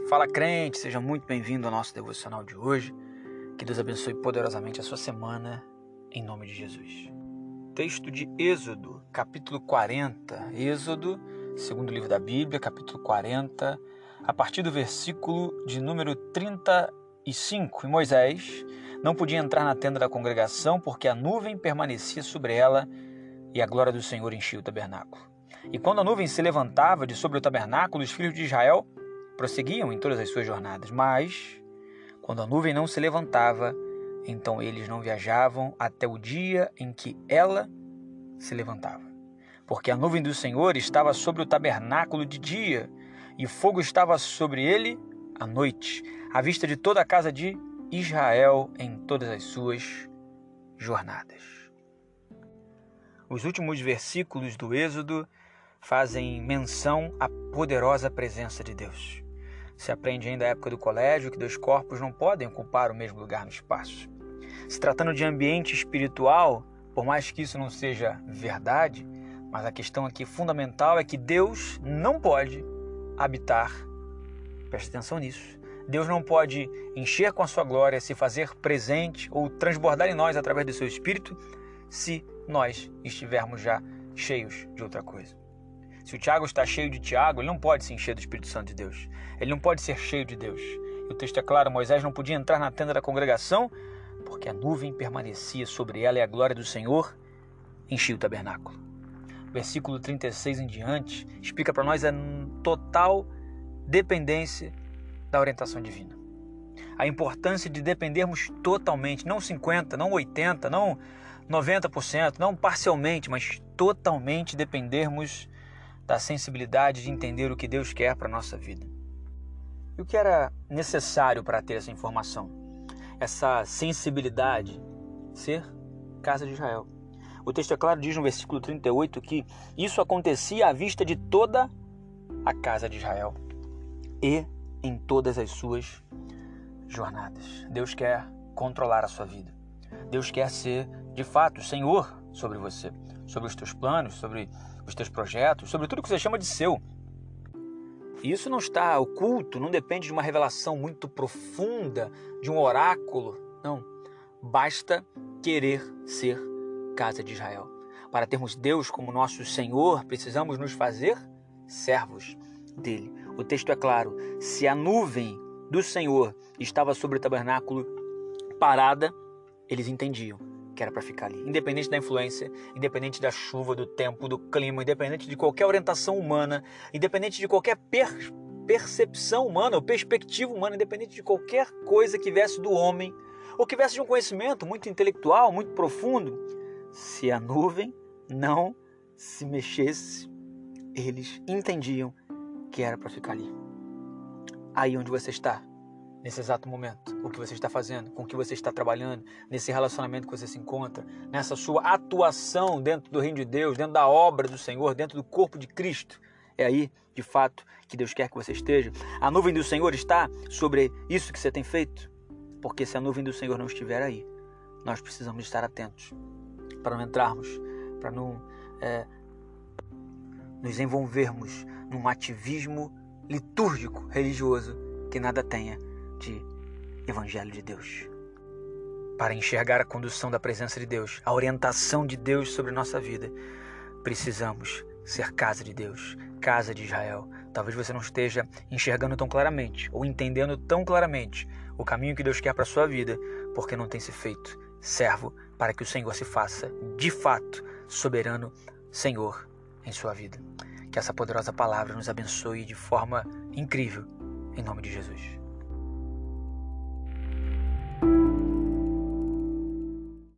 Fala crente, seja muito bem-vindo ao nosso devocional de hoje. Que Deus abençoe poderosamente a sua semana, em nome de Jesus. Texto de Êxodo, capítulo 40. Êxodo, segundo livro da Bíblia, capítulo 40, a partir do versículo de número 35. E Moisés não podia entrar na tenda da congregação porque a nuvem permanecia sobre ela e a glória do Senhor enchia o tabernáculo. E quando a nuvem se levantava de sobre o tabernáculo, os filhos de Israel prosseguiam em todas as suas jornadas. Mas, quando a nuvem não se levantava, então eles não viajavam até o dia em que ela se levantava. Porque a nuvem do Senhor estava sobre o tabernáculo de dia, e fogo estava sobre ele à noite, à vista de toda a casa de Israel em todas as suas jornadas. Os últimos versículos do Êxodo fazem menção à poderosa presença de Deus. Se aprende ainda na época do colégio que dois corpos não podem ocupar o mesmo lugar no espaço. Se tratando de ambiente espiritual, por mais que isso não seja verdade, mas a questão aqui fundamental é que Deus não pode habitar, preste atenção nisso, Deus não pode encher com a sua glória, se fazer presente ou transbordar em nós através do seu Espírito, se nós estivermos já cheios de outra coisa. Se o Tiago está cheio de Tiago, ele não pode se encher do Espírito Santo de Deus. Ele não pode ser cheio de Deus. E o texto é claro, Moisés não podia entrar na tenda da congregação porque a nuvem permanecia sobre ela e a glória do Senhor enchia o tabernáculo. Versículo 36 em diante explica para nós a total dependência da orientação divina. A importância de dependermos totalmente, não 50%, não 80%, não 90%, não parcialmente, mas totalmente dependermos da sensibilidade de entender o que Deus quer para a nossa vida. E o que era necessário para ter essa informação? Essa sensibilidade, ser casa de Israel. O texto é claro, diz no versículo 38 que isso acontecia à vista de toda a casa de Israel e em todas as suas jornadas. Deus quer controlar a sua vida. Deus quer ser, de fato, Senhor sobre você, sobre os teus planos, sobre os teus projetos, sobre tudo que você chama de seu. E isso não está oculto, não depende de uma revelação muito profunda, de um oráculo. Não. Basta querer ser casa de Israel. Para termos Deus como nosso Senhor, precisamos nos fazer servos dele. O texto é claro. Se a nuvem do Senhor estava sobre o tabernáculo parada, eles entendiam que era para ficar ali. Independente da influência, independente da chuva, do tempo, do clima, independente de qualquer orientação humana, independente de qualquer percepção humana ou perspectiva humana, independente de qualquer coisa que viesse do homem ou que viesse de um conhecimento muito intelectual, muito profundo, se a nuvem não se mexesse, eles entendiam que era para ficar ali. Aí onde você está, nesse exato momento, o que você está fazendo, com o que você está trabalhando, nesse relacionamento que você se encontra, nessa sua atuação dentro do reino de Deus, dentro da obra do Senhor, dentro do corpo de Cristo. É aí, de fato, que Deus quer que você esteja. A nuvem do Senhor está sobre isso que você tem feito, porque se a nuvem do Senhor não estiver aí, nós precisamos estar atentos para não entrarmos, para não nos envolvermos num ativismo litúrgico, religioso, que nada tenha de Evangelho de Deus. Para enxergar a condução da presença de Deus, a orientação de Deus sobre nossa vida, precisamos ser casa de Deus, casa de Israel. Talvez você não esteja enxergando tão claramente ou entendendo tão claramente o caminho que Deus quer para a sua vida, porque não tem se feito servo para que o Senhor se faça, de fato, soberano Senhor em sua vida. Que essa poderosa palavra nos abençoe de forma incrível, em nome de Jesus.